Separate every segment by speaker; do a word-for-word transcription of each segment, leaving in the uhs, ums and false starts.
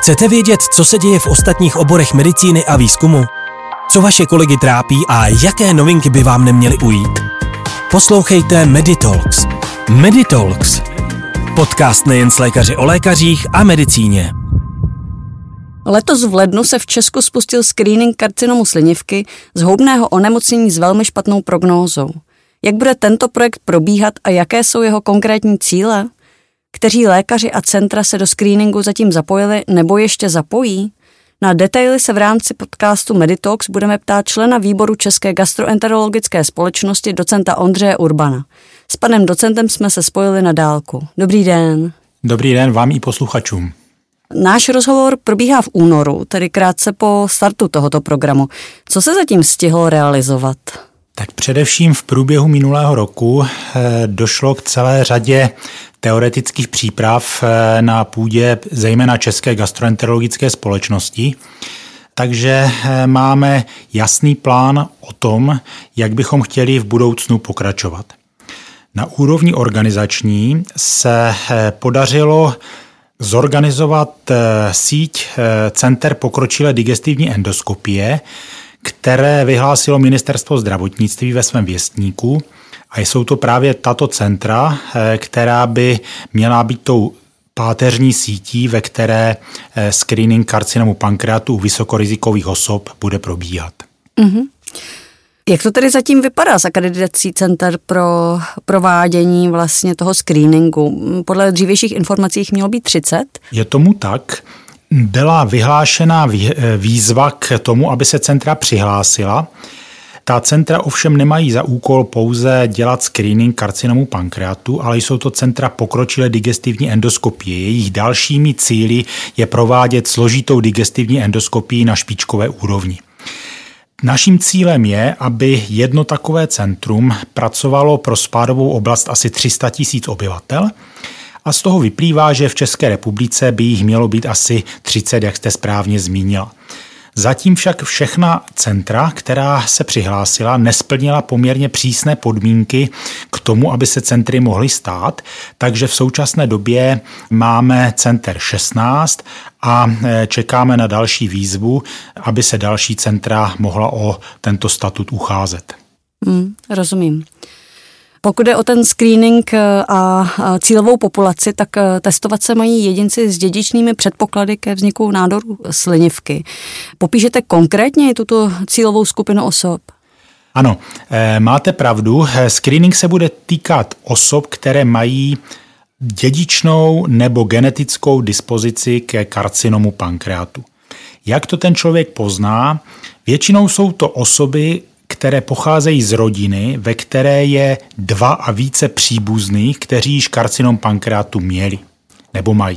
Speaker 1: Chcete vědět, co se děje v ostatních oborech medicíny a výzkumu? Co vaše kolegy trápí a jaké novinky by vám neměly ujít? Poslouchejte Meditalks. Meditalks. Podcast nejen s lékaři o lékařích a medicíně.
Speaker 2: Letos v lednu se v Česku spustil screening karcinomu slinivky, zhoubného onemocnění s velmi špatnou prognózou. Jak bude tento projekt probíhat a jaké jsou jeho konkrétní cíle? Kteří lékaři a centra se do screeningu zatím zapojili nebo ještě zapojí? Na detaily se v rámci podcastu Meditalks budeme ptát člena výboru České gastroenterologické společnosti docenta Ondřeje Urbana. S panem docentem jsme se spojili na dálku. Dobrý den.
Speaker 3: Dobrý den vám i posluchačům.
Speaker 2: Náš rozhovor probíhá v únoru, tedy krátce po startu tohoto programu. Co se zatím stihlo realizovat?
Speaker 3: Tak především v průběhu minulého roku došlo k celé řadě teoretických příprav na půdě zejména České gastroenterologické společnosti. Takže máme jasný plán o tom, jak bychom chtěli v budoucnu pokračovat. Na úrovni organizační se podařilo zorganizovat síť center pokročilé digestivní endoskopie, které vyhlásilo Ministerstvo zdravotnictví ve svém věstníku. A jsou to právě tato centra, která by měla být tou páteřní sítí, ve které screening karcinomu pankreatu u vysokorizikových osob bude probíhat.
Speaker 2: Mm-hmm. Jak to tedy zatím vypadá s akreditací center pro provádění vlastně toho screeningu? Podle dřívějších informací mělo být třicet?
Speaker 3: Je tomu tak. Byla vyhlášena výzva k tomu, aby se centra přihlásila. Ta centra ovšem nemají za úkol pouze dělat screening karcinomu pankreatu, ale jsou to centra pokročilé digestivní endoskopie. Jejich dalšími cíli je provádět složitou digestivní endoskopii na špičkové úrovni. Naším cílem je, aby jedno takové centrum pracovalo pro spádovou oblast asi tři sta tisíc obyvatel a z toho vyplývá, že v České republice by jich mělo být asi třicet, jak jste správně zmínila. Zatím však všechna centra, která se přihlásila, nesplnila poměrně přísné podmínky k tomu, aby se centry mohly stát, takže v současné době máme center šestnáct a čekáme na další výzvu, aby se další centra mohla o tento statut ucházet.
Speaker 2: Hmm, rozumím. Pokud je o ten screening a cílovou populaci, tak testovat se mají jedinci s dědičnými předpoklady ke vzniku nádoru slinivky. Popíšete konkrétně tuto cílovou skupinu osob?
Speaker 3: Ano, máte pravdu. Screening se bude týkat osob, které mají dědičnou nebo genetickou dispozici ke karcinomu pankreatu. Jak to ten člověk pozná? Většinou jsou to osoby, které pocházejí z rodiny, ve které je dva a více příbuzných, kteří již karcinom pankreatu měli nebo mají.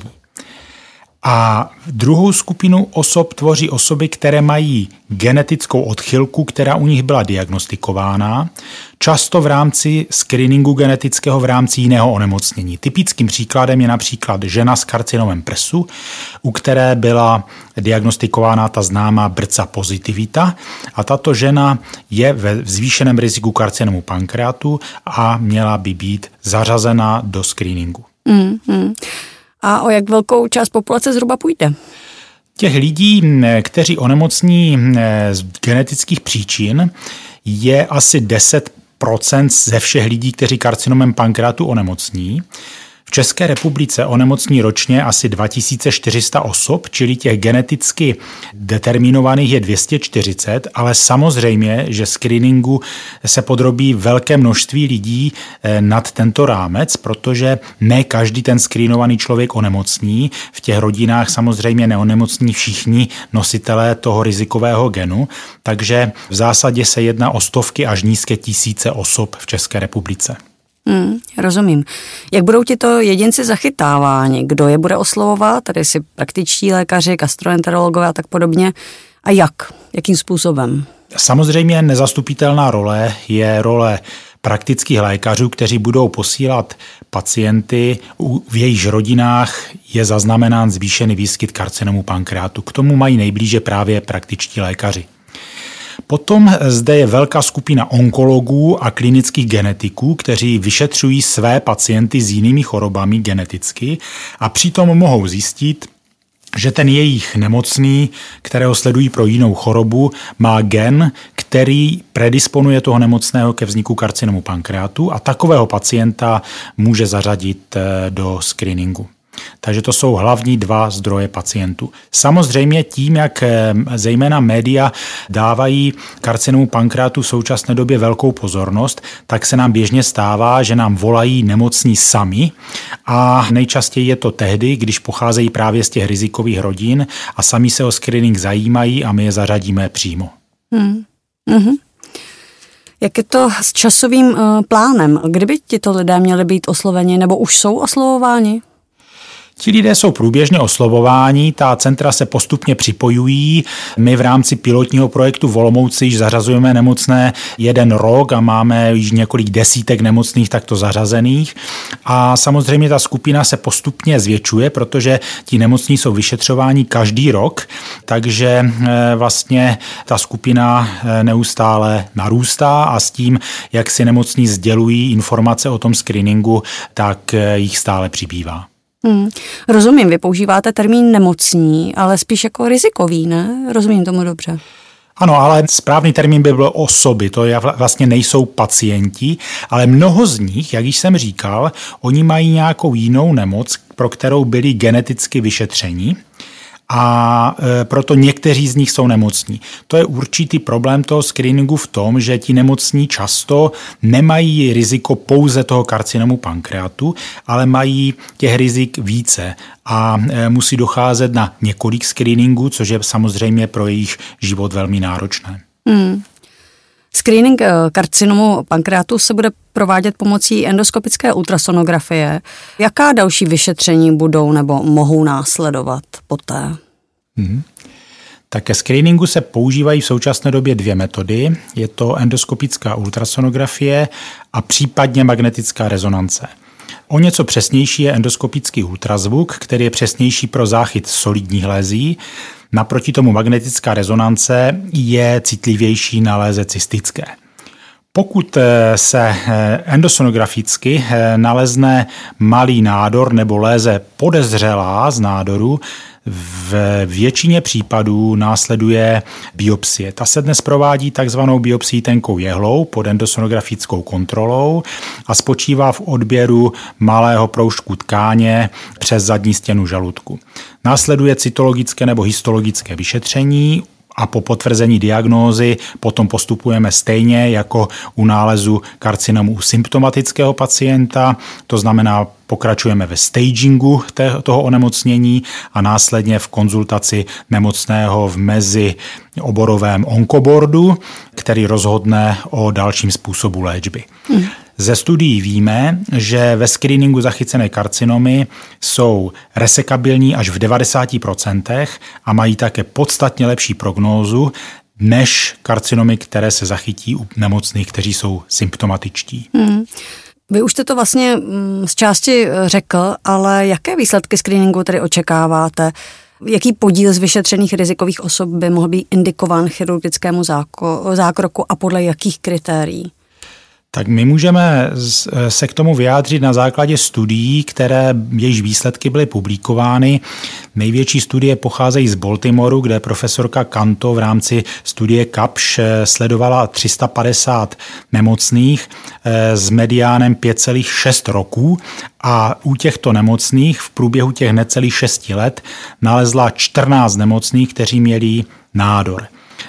Speaker 3: A druhou skupinu osob tvoří osoby, které mají genetickou odchylku, která u nich byla diagnostikována, často v rámci screeningu genetického v rámci jiného onemocnění. Typickým příkladem je například žena s karcinomem prsu, u které byla diagnostikována ta známá B R C A pozitivita a tato žena je ve zvýšeném riziku karcinomu pankreatu a měla by být zařazena do screeningu.
Speaker 2: Mm, mm. A o jak velkou část populace zhruba půjde?
Speaker 3: Těch lidí, kteří onemocní z genetických příčin, je asi deset procent ze všech lidí, kteří karcinomem pankreatu onemocní. V České republice onemocní ročně asi dva tisíce čtyři sta osob, čili těch geneticky determinovaných je dvě stě čtyřicet, ale samozřejmě, že screeningu se podrobí velké množství lidí nad tento rámec, protože ne každý ten screenovaný člověk onemocní. V těch rodinách samozřejmě neonemocní všichni nositelé toho rizikového genu, takže v zásadě se jedná o stovky až nízké tisíce osob v České republice.
Speaker 2: Hmm, rozumím. Jak budou tito jedinci zachytáváni? Kdo je bude oslovovat? Tady si praktičtí lékaři, gastroenterologové a tak podobně. A jak? Jakým způsobem?
Speaker 3: Samozřejmě nezastupitelná role je role praktických lékařů, kteří budou posílat pacienty, v jejichž rodinách je zaznamenán zvýšený výskyt karcinomu pankreatu. K tomu mají nejblíže právě praktičtí lékaři. Potom zde je velká skupina onkologů a klinických genetiků, kteří vyšetřují své pacienty s jinými chorobami geneticky a přitom mohou zjistit, že ten jejich nemocný, kterého sledují pro jinou chorobu, má gen, který predisponuje toho nemocného ke vzniku karcinomu pankreatu a takového pacienta může zařadit do screeningu. Takže to jsou hlavní dva zdroje pacientů. Samozřejmě tím, jak zejména média dávají karcinomu pankreatu v současné době velkou pozornost, tak se nám běžně stává, že nám volají nemocní sami a nejčastěji je to tehdy, když pocházejí právě z těch rizikových rodin a sami se o screening zajímají a my je zařadíme přímo.
Speaker 2: Hmm. Mm-hmm. Jak je to s časovým uh, plánem? Kdyby tito lidé měli být osloveni nebo už jsou oslovováni?
Speaker 3: Ti lidé jsou průběžně oslovováni, ta centra se postupně připojují. My v rámci pilotního projektu v Olomouci již zařazujeme nemocné jeden rok a máme již několik desítek nemocných takto zařazených. A samozřejmě ta skupina se postupně zvětšuje, protože ti nemocní jsou vyšetřováni každý rok, takže vlastně ta skupina neustále narůstá a s tím, jak si nemocní sdělují informace o tom screeningu, tak jich stále přibývá.
Speaker 2: Hmm. Rozumím, vy používáte termín nemocní, ale spíš jako rizikový, ne? Rozumím tomu dobře.
Speaker 3: Ano, ale správný termín by byl osoby, to je, vlastně nejsou pacienti, ale mnoho z nich, jak již jsem říkal, oni mají nějakou jinou nemoc, pro kterou byli geneticky vyšetřeni. A e, proto někteří z nich jsou nemocní. To je určitý problém toho screeningu v tom, že ti nemocní často nemají riziko pouze toho karcinomu pankreatu, ale mají těch rizik více a e, musí docházet na několik screeningů, což je samozřejmě pro jejich život velmi náročné. Hmm.
Speaker 2: Screening karcinomu pankreatu se bude provádět pomocí endoskopické ultrasonografie. Jaká další vyšetření budou nebo mohou následovat poté?
Speaker 3: Hmm. Tak ke screeningu se používají v současné době dvě metody. Je to endoskopická ultrasonografie a případně magnetická rezonance. O něco přesnější je endoskopický ultrazvuk, který je přesnější pro záchyt solidních lézí. Naproti tomu magnetická rezonance je citlivější na léze cystické. Pokud se endosonograficky nalezne malý nádor nebo léze podezřelá z nádoru, v většině případů následuje biopsie. Ta se dnes provádí takzvanou biopsii tenkou jehlou pod endosonografickou kontrolou a spočívá v odběru malého proužku tkáně přes zadní stěnu žaludku. Následuje cytologické nebo histologické vyšetření a po potvrzení diagnózy potom postupujeme stejně jako u nálezu karcinomu u symptomatického pacienta, to znamená pokračujeme ve stagingu toho onemocnění a následně v konzultaci nemocného v mezioborovém onkobordu, který rozhodne o dalším způsobu léčby. Hmm. Ze studií víme, že ve screeningu zachycené karcinomy jsou resekabilní až v devadesáti procentech a mají také podstatně lepší prognózu než karcinomy, které se zachytí u nemocných, kteří jsou symptomatičtí. Hmm.
Speaker 2: Vy už jste to vlastně z části řekl, ale jaké výsledky screeningu tedy očekáváte? Jaký podíl z vyšetřených rizikových osob by mohl být indikován chirurgickému záko- zákroku a podle jakých kritérií?
Speaker 3: Tak my můžeme se k tomu vyjádřit na základě studií, které jejíž výsledky byly publikovány. Největší studie pocházejí z Baltimoru, kde profesorka Kanto v rámci studie Kapsch sledovala tři sta padesát nemocných s mediánem pět celá šest roků a u těchto nemocných v průběhu těch necelých šesti let nalezla čtrnáct nemocných, kteří měli nádor.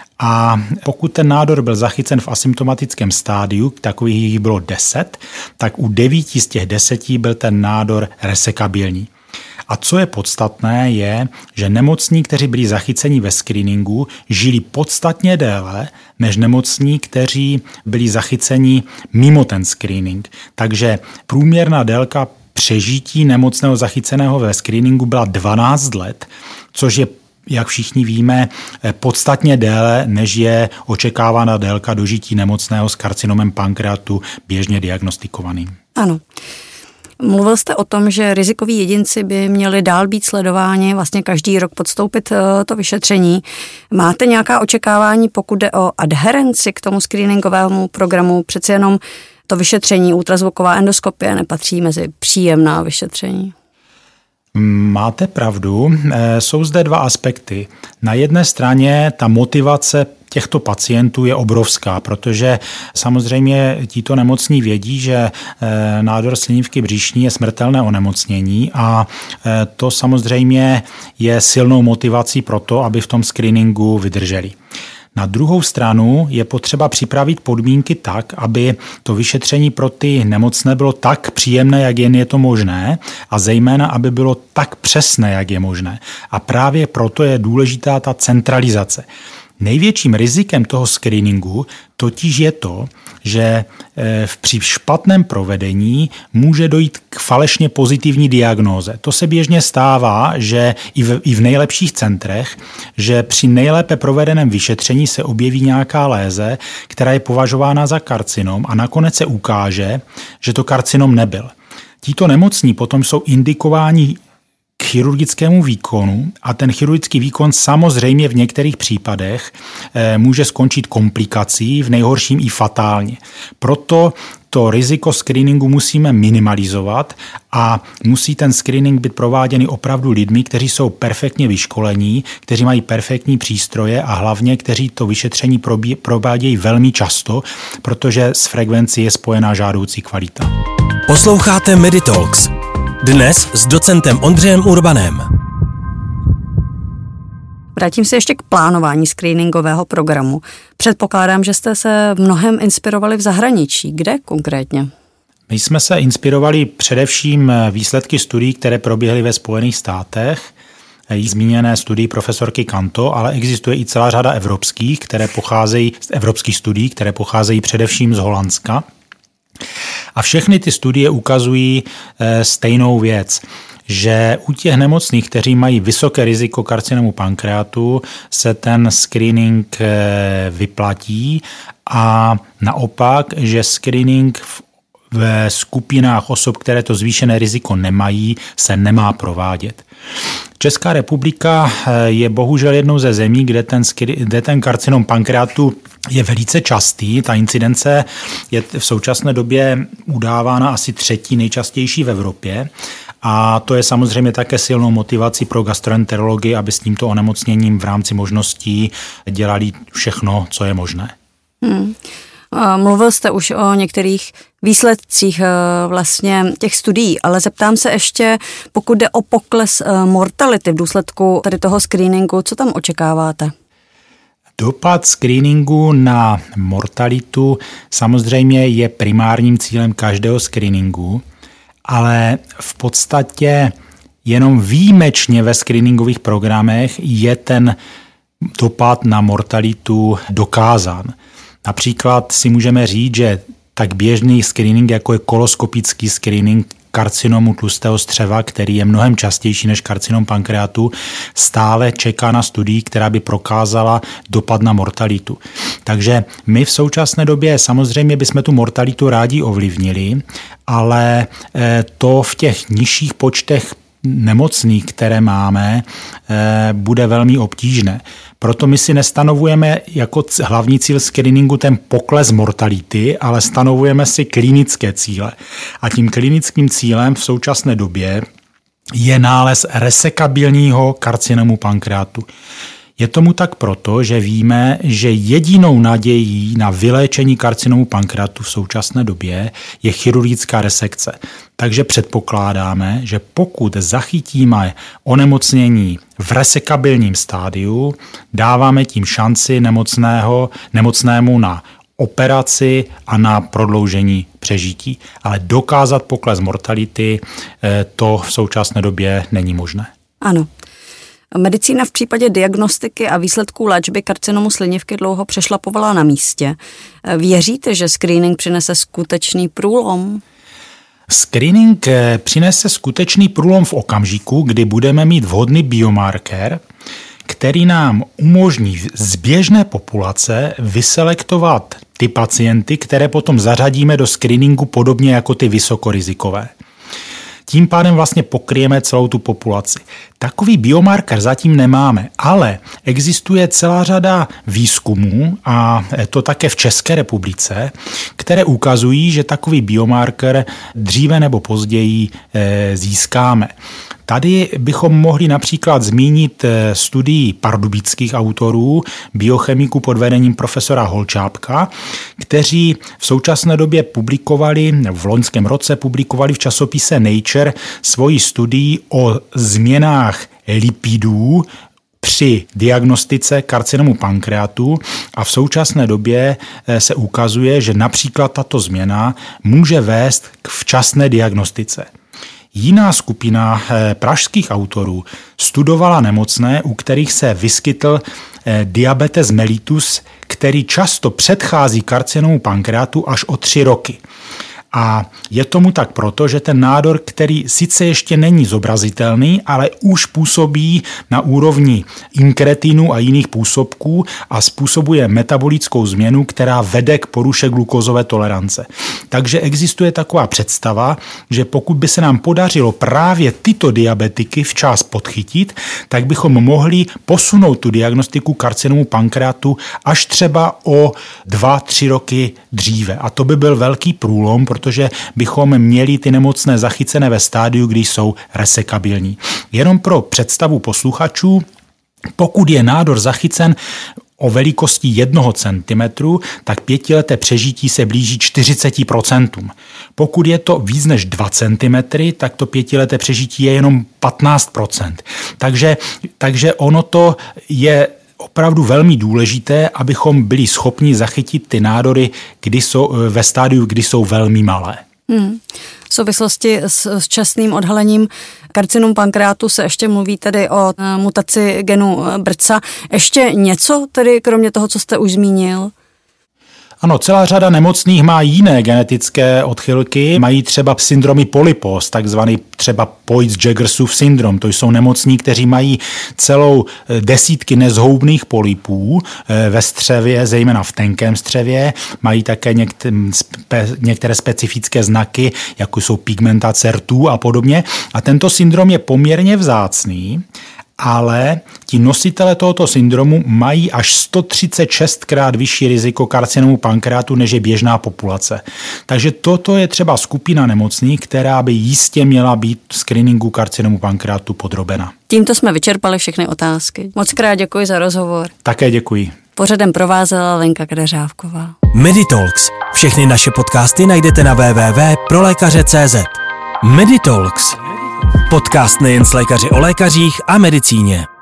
Speaker 3: A pokud ten nádor byl zachycen v asymptomatickém stádiu, takových jich bylo deset, tak u devíti z těch deseti byl ten nádor resekabilní. A co je podstatné, je, že nemocní, kteří byli zachyceni ve screeningu, žili podstatně déle než nemocní, kteří byli zachyceni mimo ten screening. Takže průměrná délka přežití nemocného zachyceného ve screeningu byla dvanáct let, což je, jak všichni víme, podstatně déle, než je očekávána délka dožití nemocného s karcinomem pankreatu běžně diagnostikovaným.
Speaker 2: Ano. Mluvil jste o tom, že rizikoví jedinci by měli dál být sledováni, vlastně každý rok podstoupit to vyšetření. Máte nějaká očekávání, pokud jde o adherenci k tomu screeningovému programu? Přeci jenom to vyšetření ultrazvuková endoskopie nepatří mezi příjemná vyšetření.
Speaker 3: Máte pravdu, jsou zde dva aspekty. Na jedné straně ta motivace těchto pacientů je obrovská, protože samozřejmě tito nemocní vědí, že nádor slinivky břišní je smrtelné onemocnění a to samozřejmě je silnou motivací pro to, aby v tom screeningu vydrželi. Na druhou stranu je potřeba připravit podmínky tak, aby to vyšetření pro ty nemocné bylo tak příjemné, jak jen je to možné a zejména, aby bylo tak přesné, jak je možné. A právě proto je důležitá ta centralizace. Největším rizikem toho screeningu totiž je to, že při špatném provedení může dojít k falešně pozitivní diagnóze. To se běžně stává, že i v, i v nejlepších centrech, že při nejlépe provedeném vyšetření se objeví nějaká léze, která je považována za karcinom a nakonec se ukáže, že to karcinom nebyl. Tito nemocní potom jsou indikováni k chirurgickému výkonu a ten chirurgický výkon samozřejmě v některých případech může skončit komplikací, v nejhorším i fatálně. Proto to riziko screeningu musíme minimalizovat a musí ten screening být prováděný opravdu lidmi, kteří jsou perfektně vyškolení, kteří mají perfektní přístroje a hlavně, kteří to vyšetření provádějí velmi často, protože s frekvencí je spojená žádoucí kvalita.
Speaker 1: Posloucháte Meditalks. Dnes s docentem Ondřejem Urbanem.
Speaker 2: Vrátím se ještě k plánování screeningového programu. Předpokládám, že jste se mnohem inspirovali v zahraničí. Kde konkrétně?
Speaker 3: My jsme se inspirovali především výsledky studií, které proběhly ve Spojených státech, jí zmíněné studii profesorky Kanto, ale existuje i celá řada evropských, které pocházejí z evropských studií, které pocházejí především z Holandska. A všechny ty studie ukazují stejnou věc, že u těch nemocných, kteří mají vysoké riziko karcinomu pankreatu, se ten screening vyplatí a naopak, že screening v skupinách osob, které to zvýšené riziko nemají, se nemá provádět. Česká republika je bohužel jednou ze zemí, kde ten, kde ten karcinom pankreatu je velice častý. Ta incidence je v současné době udávána asi třetí nejčastější v Evropě. A to je samozřejmě také silnou motivací pro gastroenterologii, aby s tímto onemocněním v rámci možností dělali všechno, co je možné. Hmm.
Speaker 2: Mluvil jste už o některých výsledcích vlastně těch studií, ale zeptám se ještě, pokud jde o pokles mortality v důsledku tady toho screeningu, co tam očekáváte?
Speaker 3: Dopad screeningu na mortalitu samozřejmě je primárním cílem každého screeningu, ale v podstatě jenom výjimečně ve screeningových programech je ten dopad na mortalitu dokázán. Například si můžeme říct, že tak běžný screening, jako je koloskopický screening karcinomu tlustého střeva, který je mnohem častější než karcinom pankreatu, stále čeká na studii, která by prokázala dopad na mortalitu. Takže my v současné době samozřejmě bychom tu mortalitu rádi ovlivnili, ale to v těch nižších počtech nemocných, které máme, bude velmi obtížné. Proto my si nestanovujeme jako hlavní cíl screeningu ten pokles mortality, ale stanovujeme si klinické cíle. A tím klinickým cílem v současné době je nález resekabilního karcinomu pankreatu. Je tomu tak proto, že víme, že jedinou nadějí na vyléčení karcinomu pankreatu v současné době je chirurgická resekce. Takže předpokládáme, že pokud zachytíme onemocnění v resekabilním stádiu, dáváme tím šanci nemocného, nemocnému na operaci a na prodloužení přežití. Ale dokázat pokles mortality, to v současné době není možné.
Speaker 2: Ano. Medicína v případě diagnostiky a výsledků léčby karcinomu slinivky dlouho přešlapovala na místě. Věříte, že screening přinese skutečný průlom?
Speaker 3: Screening přinese skutečný průlom v okamžiku, kdy budeme mít vhodný biomarker, který nám umožní z běžné populace vyselektovat ty pacienty, které potom zařadíme do screeningu podobně jako ty vysokorizikové. Tím pádem vlastně pokryjeme celou tu populaci. Takový biomarker zatím nemáme, ale existuje celá řada výzkumů, a to také v České republice, které ukazují, že takový biomarker dříve nebo později získáme. Tady bychom mohli například zmínit studii pardubických autorů, biochemiků pod vedením profesora Holčápka, kteří v současné době publikovali, v loňském roce publikovali v časopise Nature svoji studii o změnách lipidů při diagnostice karcinomu pankreatu a v současné době se ukazuje, že například tato změna může vést k včasné diagnostice. Jiná skupina pražských autorů studovala nemocné, u kterých se vyskytl diabetes mellitus, který často předchází karcinomu pankreatu až o tři roky. A je tomu tak proto, že ten nádor, který sice ještě není zobrazitelný, ale už působí na úrovni inkretinu a jiných působků a způsobuje metabolickou změnu, která vede k poruše glukózové tolerance. Takže existuje taková představa, že pokud by se nám podařilo právě tyto diabetiky včas podchytit, tak bychom mohli posunout tu diagnostiku karcinomu pankreatu až třeba o dva, tři roky dříve. A to by byl velký průlom, protože bychom měli ty nemocné zachycené ve stádiu, kdy jsou resekabilní. Jenom pro představu posluchačů, pokud je nádor zachycen o velikosti jednoho centimetru, tak pětileté přežití se blíží čtyřicet procent. Pokud je to víc než dva centimetry, tak to pětileté přežití je jenom patnáct procent. Takže, takže ono to je opravdu velmi důležité, abychom byli schopni zachytit ty nádory, kdy jsou, ve stádiu, kdy jsou velmi malé.
Speaker 2: Hmm. V souvislosti s, s časným odhalením karcinomu pankreatu se ještě mluví tedy o mutaci genu B R C A. Ještě něco tedy, kromě toho, co jste už zmínil?
Speaker 3: Ano, celá řada nemocných má jiné genetické odchylky, mají třeba syndromy polypos, takzvaný třeba Peutz-Jeghers syndrom. To jsou nemocní, kteří mají celou desítky nezhoubných polypů ve střevě, zejména v tenkém střevě. Mají také některé specifické znaky, jako jsou pigmentace rtů a podobně. A tento syndrom je poměrně vzácný, ale ti nositele tohoto syndromu mají až sto třicet šest krát vyšší riziko karcinomu pankreatu, než je běžná populace. Takže toto je třeba skupina nemocných, která by jistě měla být screeningu karcinomu pankreatu podrobena.
Speaker 2: Tímto jsme vyčerpali všechny otázky. Moc krát děkuji za rozhovor.
Speaker 3: Také děkuji.
Speaker 2: Pořadem provázela Lenka Kadeřávková.
Speaker 1: Meditalks. Všechny naše podcasty najdete na w w w tečka pro lékaře tečka cé zet. Meditalks. Podcast nejen s lékaři o lékařích a medicíně.